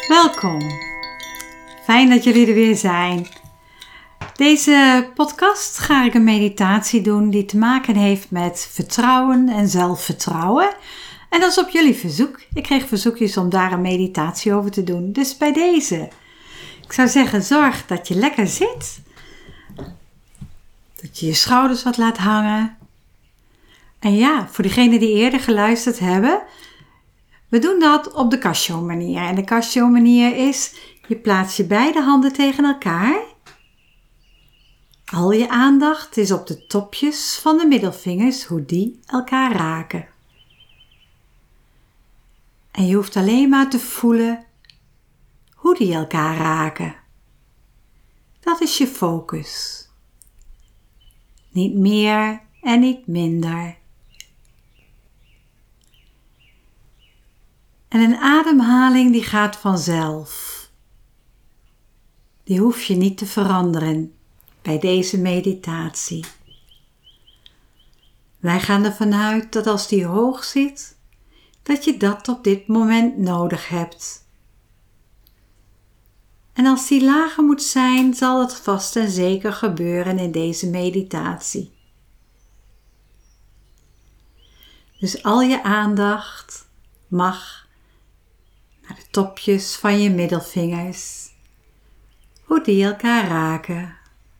Welkom. Fijn dat jullie er weer zijn. Deze podcast ga ik een meditatie doen die te maken heeft met vertrouwen en zelfvertrouwen. En dat is op jullie verzoek. Ik kreeg verzoekjes om daar een meditatie over te doen. Dus bij deze. Ik zou zeggen, zorg dat je lekker zit. Dat je je schouders wat laat hangen. En ja, voor degenen die eerder geluisterd hebben, we doen dat op de Casio manier. En de Casio manier is, je plaatst je beide handen tegen elkaar. Al je aandacht is op de topjes van de middelvingers, hoe die elkaar raken. En je hoeft alleen maar te voelen hoe die elkaar raken. Dat is je focus. Niet meer en niet minder. En een ademhaling die gaat vanzelf. Die hoef je niet te veranderen bij deze meditatie. Wij gaan ervan uit dat als die hoog zit, dat je dat op dit moment nodig hebt. En als die lager moet zijn, zal het vast en zeker gebeuren in deze meditatie. Dus al je aandacht mag naar de topjes van je middelvingers, hoe die elkaar raken.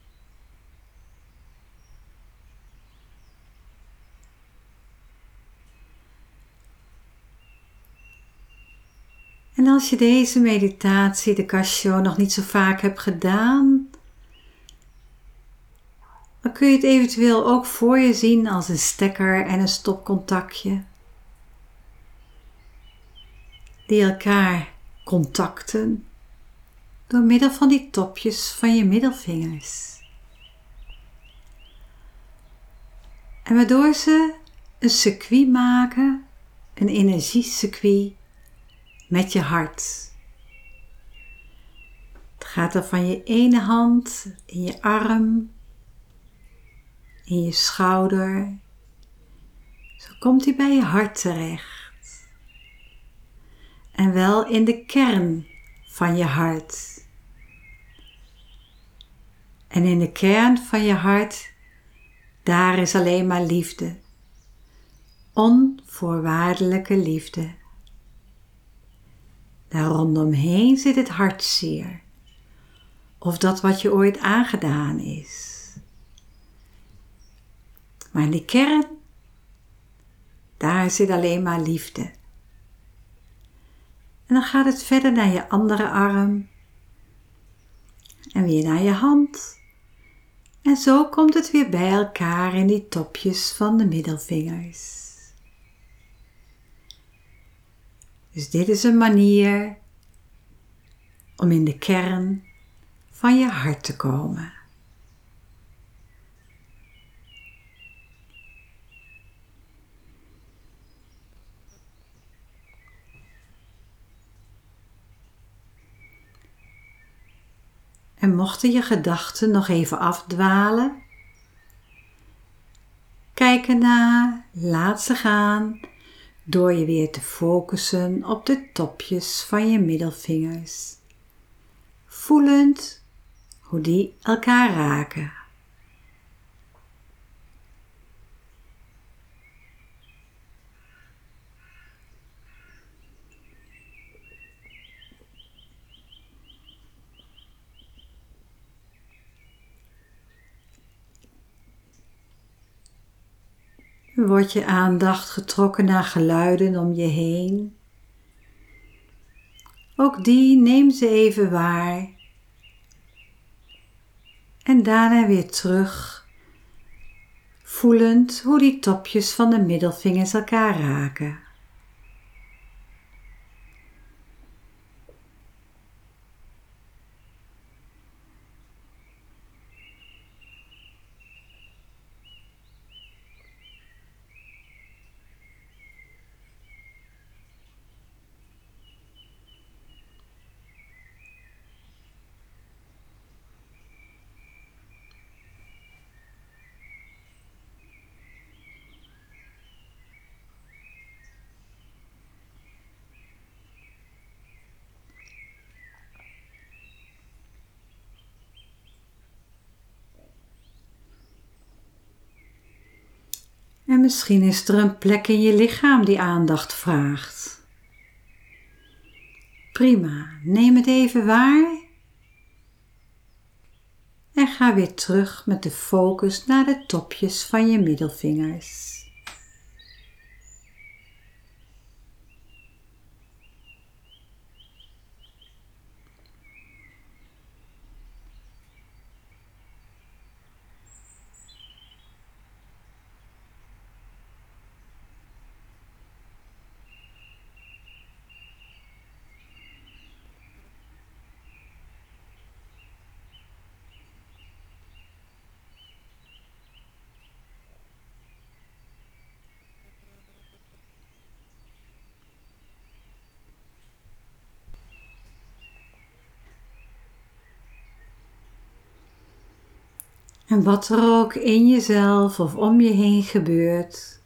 En als je deze meditatie, de Casio, nog niet zo vaak hebt gedaan, dan kun je het eventueel ook voor je zien als een stekker en een stopcontactje, die elkaar contacten door middel van die topjes van je middelvingers. En waardoor ze een circuit maken, een energiecircuit met je hart. Het gaat er van je ene hand in je arm, in je schouder. Zo komt hij bij je hart terecht. En wel in de kern van je hart. En in de kern van je hart, daar is alleen maar liefde. Onvoorwaardelijke liefde. Daar rondomheen zit het hartzeer. Of dat wat je ooit aangedaan is. Maar in die kern, daar zit alleen maar liefde. En dan gaat het verder naar je andere arm. En weer naar je hand. En zo komt het weer bij elkaar in die topjes van de middelvingers. Dus dit is een manier om in de kern van je hart te komen. En mochten je gedachten nog even afdwalen, kijk ernaar, laat ze gaan, door je weer te focussen op de topjes van je middelvingers, voelend hoe die elkaar raken. Wordt je aandacht getrokken naar geluiden om je heen. Ook die neem ze even waar. En daarna weer terug, voelend hoe die topjes van de middelvingers elkaar raken. En misschien is er een plek in je lichaam die aandacht vraagt. Prima, neem het even waar. En ga weer terug met de focus naar de topjes van je middelvingers. En wat er ook in jezelf of om je heen gebeurt,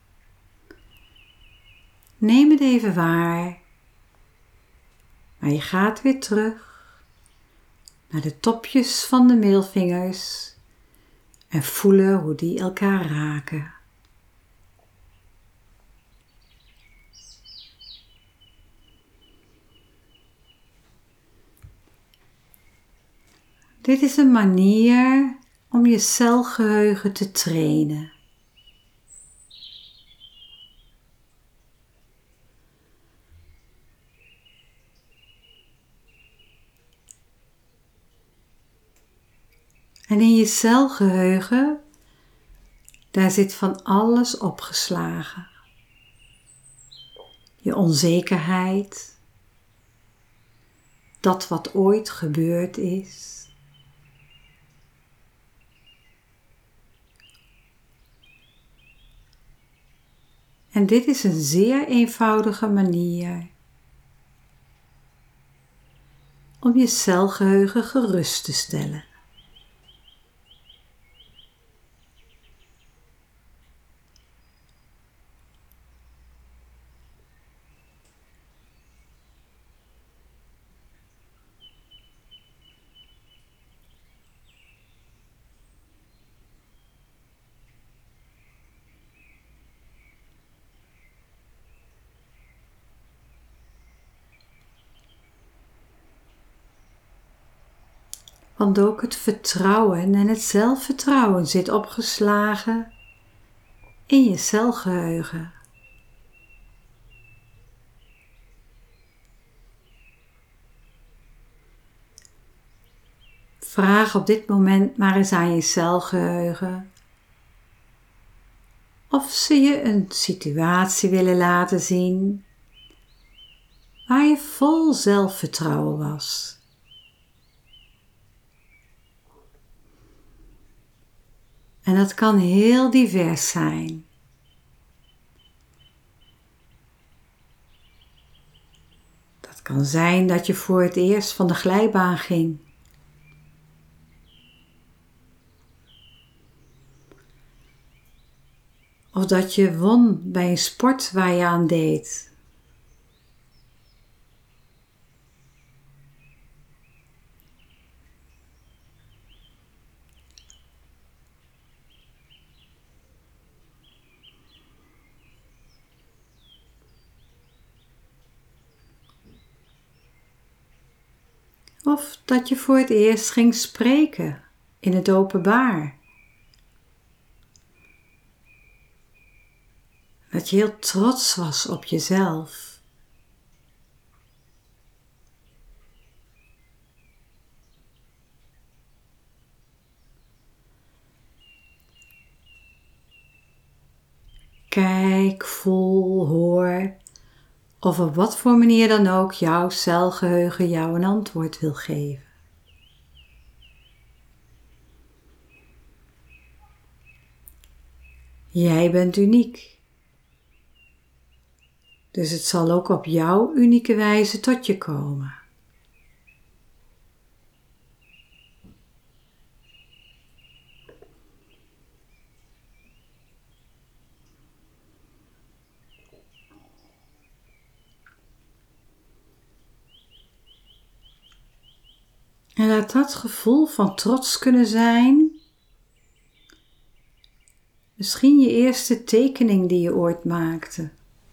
neem het even waar. Maar je gaat weer terug naar de topjes van de middelvingers en voelen hoe die elkaar raken. Dit is een manier om je celgeheugen te trainen. En in je celgeheugen, daar zit van alles opgeslagen. Je onzekerheid, dat wat ooit gebeurd is. En dit is een zeer eenvoudige manier om je celgeheugen gerust te stellen. Want ook het vertrouwen en het zelfvertrouwen zit opgeslagen in je celgeheugen. Vraag op dit moment maar eens aan je celgeheugen of ze je een situatie willen laten zien waar je vol zelfvertrouwen was. En dat kan heel divers zijn. Dat kan zijn dat je voor het eerst van de glijbaan ging. Of dat je won bij een sport waar je aan deed. Of dat je voor het eerst ging spreken in het openbaar. Dat je heel trots was op jezelf. Kijk, voel, hoor of op wat voor manier dan ook jouw celgeheugen jou een antwoord wil geven. Jij bent uniek. Dus het zal ook op jouw unieke wijze tot je komen. En laat dat gevoel van trots kunnen zijn, een Misschien je eerste tekening die je ooit maakte.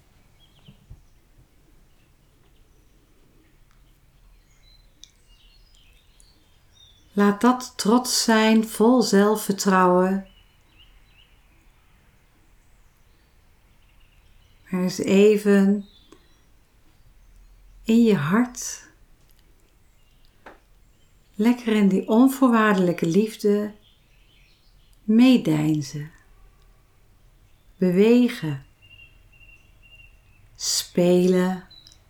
Laat dat trots zijn, vol zelfvertrouwen. Maar eens even in je hart, lekker in die onvoorwaardelijke liefde, meedeinzen, bewegen, spelen.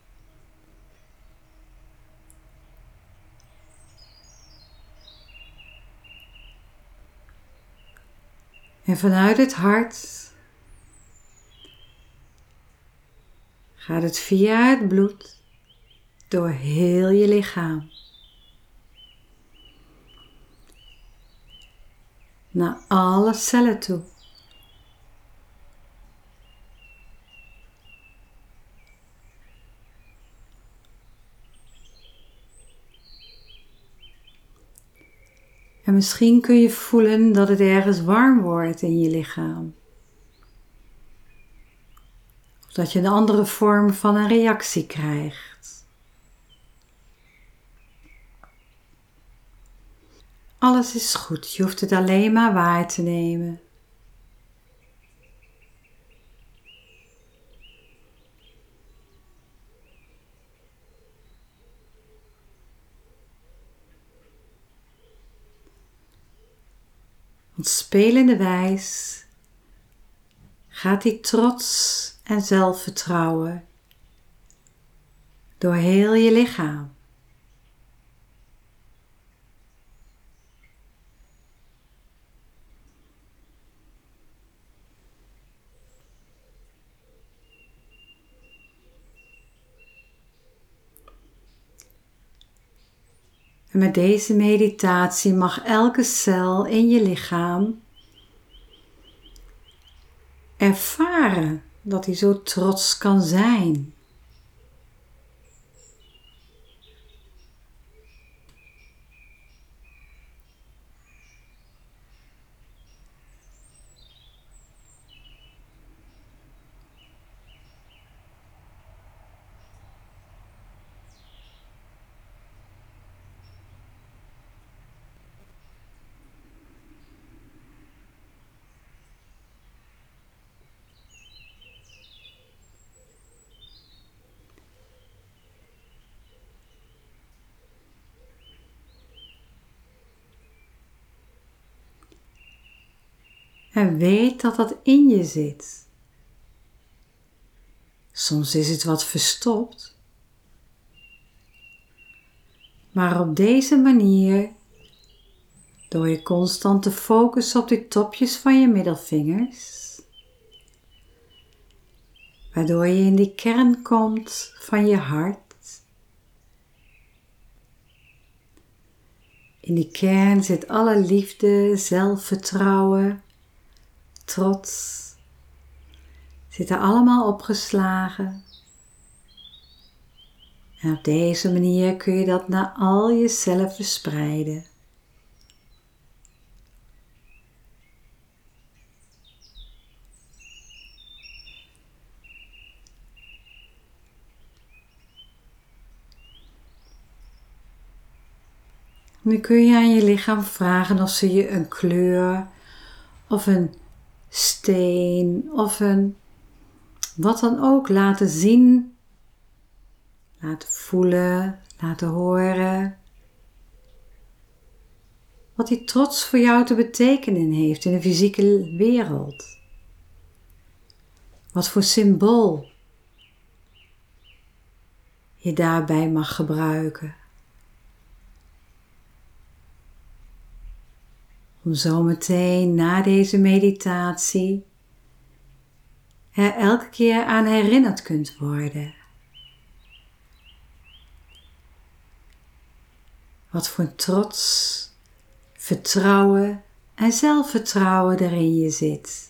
En vanuit het hart gaat het via het bloed door heel je lichaam. Naar alle cellen toe. En misschien kun je voelen dat het ergens warm wordt in je lichaam. Of dat je een andere vorm van een reactie krijgt. Alles is goed, je hoeft het alleen maar waar te nemen. Want spelende wijs gaat die trots en zelfvertrouwen door heel je lichaam. En met deze meditatie mag elke cel in je lichaam ervaren dat hij zo trots kan zijn. En weet dat dat in je zit. Soms is het wat verstopt. Maar op deze manier, door je constant te focussen op de topjes van je middelvingers, waardoor je in die kern komt van je hart. In die kern zit alle liefde, zelfvertrouwen, trots. Zitten allemaal opgeslagen. En op deze manier kun je dat naar al je cellen verspreiden. Nu kun je aan je lichaam vragen of ze je een kleur of een steen of een wat dan ook laten zien, laten voelen, laten horen. Wat die trots voor jou te betekenen heeft in de fysieke wereld. Wat voor symbool je daarbij mag gebruiken. Om zometeen na deze meditatie er elke keer aan herinnerd kunt worden. Wat voor trots, vertrouwen en zelfvertrouwen er in je zit.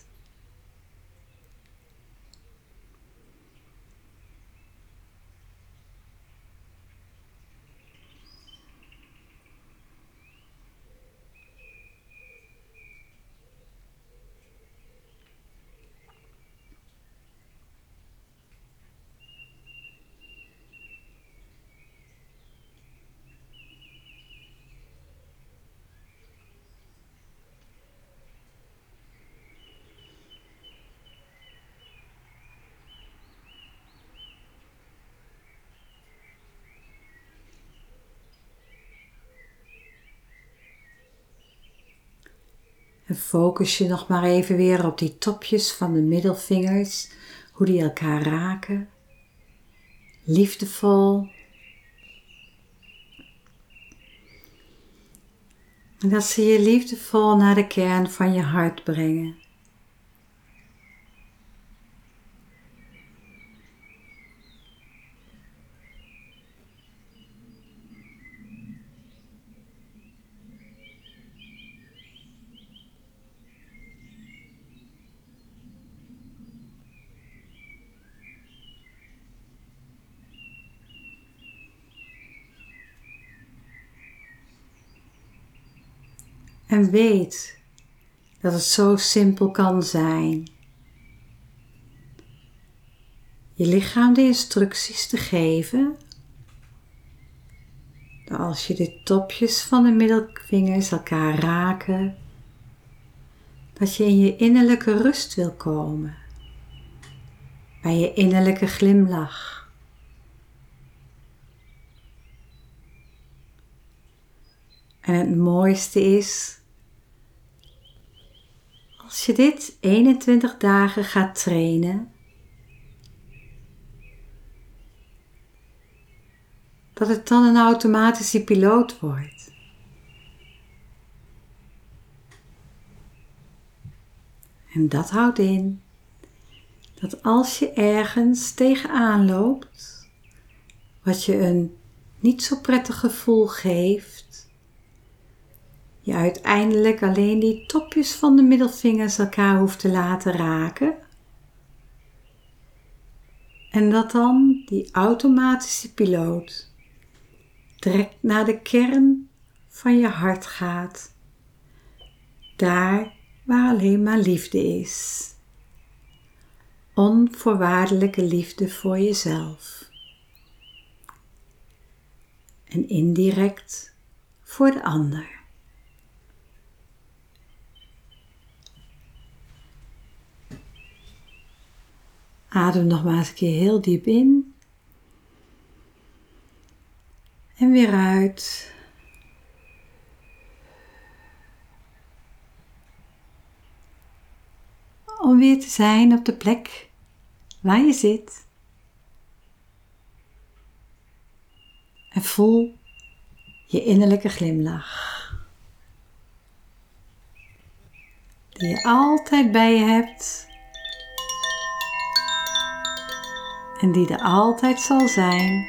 En focus je nog maar even weer op die topjes van de middelvingers, hoe die elkaar raken. Liefdevol. En dat ze je liefdevol naar de kern van je hart brengen. En weet dat het zo simpel kan zijn. Je lichaam de instructies te geven. Dat als je de topjes van de middelvingers elkaar raken, dat je in je innerlijke rust wil komen. Bij je innerlijke glimlach. En het mooiste is, als je dit 21 dagen gaat trainen, dat het dan een automatische piloot wordt. En dat houdt in dat als je ergens tegenaan loopt, wat je een niet zo prettig gevoel geeft, je uiteindelijk alleen die topjes van de middelvingers elkaar hoeft te laten raken. En dat dan die automatische piloot direct naar de kern van je hart gaat. Daar waar alleen maar liefde is. Onvoorwaardelijke liefde voor jezelf. En indirect voor de ander. Adem nog maar eens een keer heel diep in. En weer uit. Om weer te zijn op de plek waar je zit. En voel je innerlijke glimlach. Die je altijd bij je hebt. En die er altijd zal zijn.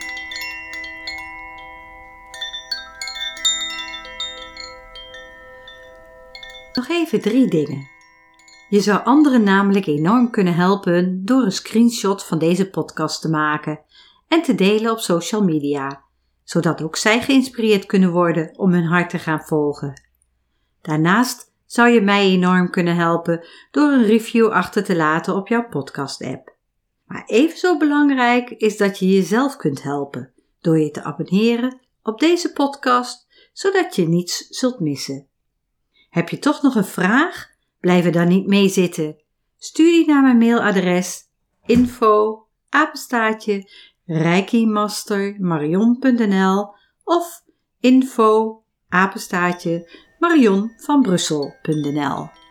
Nog even 3 dingen. Je zou anderen namelijk enorm kunnen helpen door een screenshot van deze podcast te maken en te delen op social media, zodat ook zij geïnspireerd kunnen worden om hun hart te gaan volgen. Daarnaast zou je mij enorm kunnen helpen door een review achter te laten op jouw podcast-app. Maar even zo belangrijk is dat je jezelf kunt helpen door je te abonneren op deze podcast, zodat je niets zult missen. Heb je toch nog een vraag? Blijf er dan niet mee zitten. Stuur die naar mijn mailadres info@reikimastermarion.nl of info@marionvanbrussel.nl.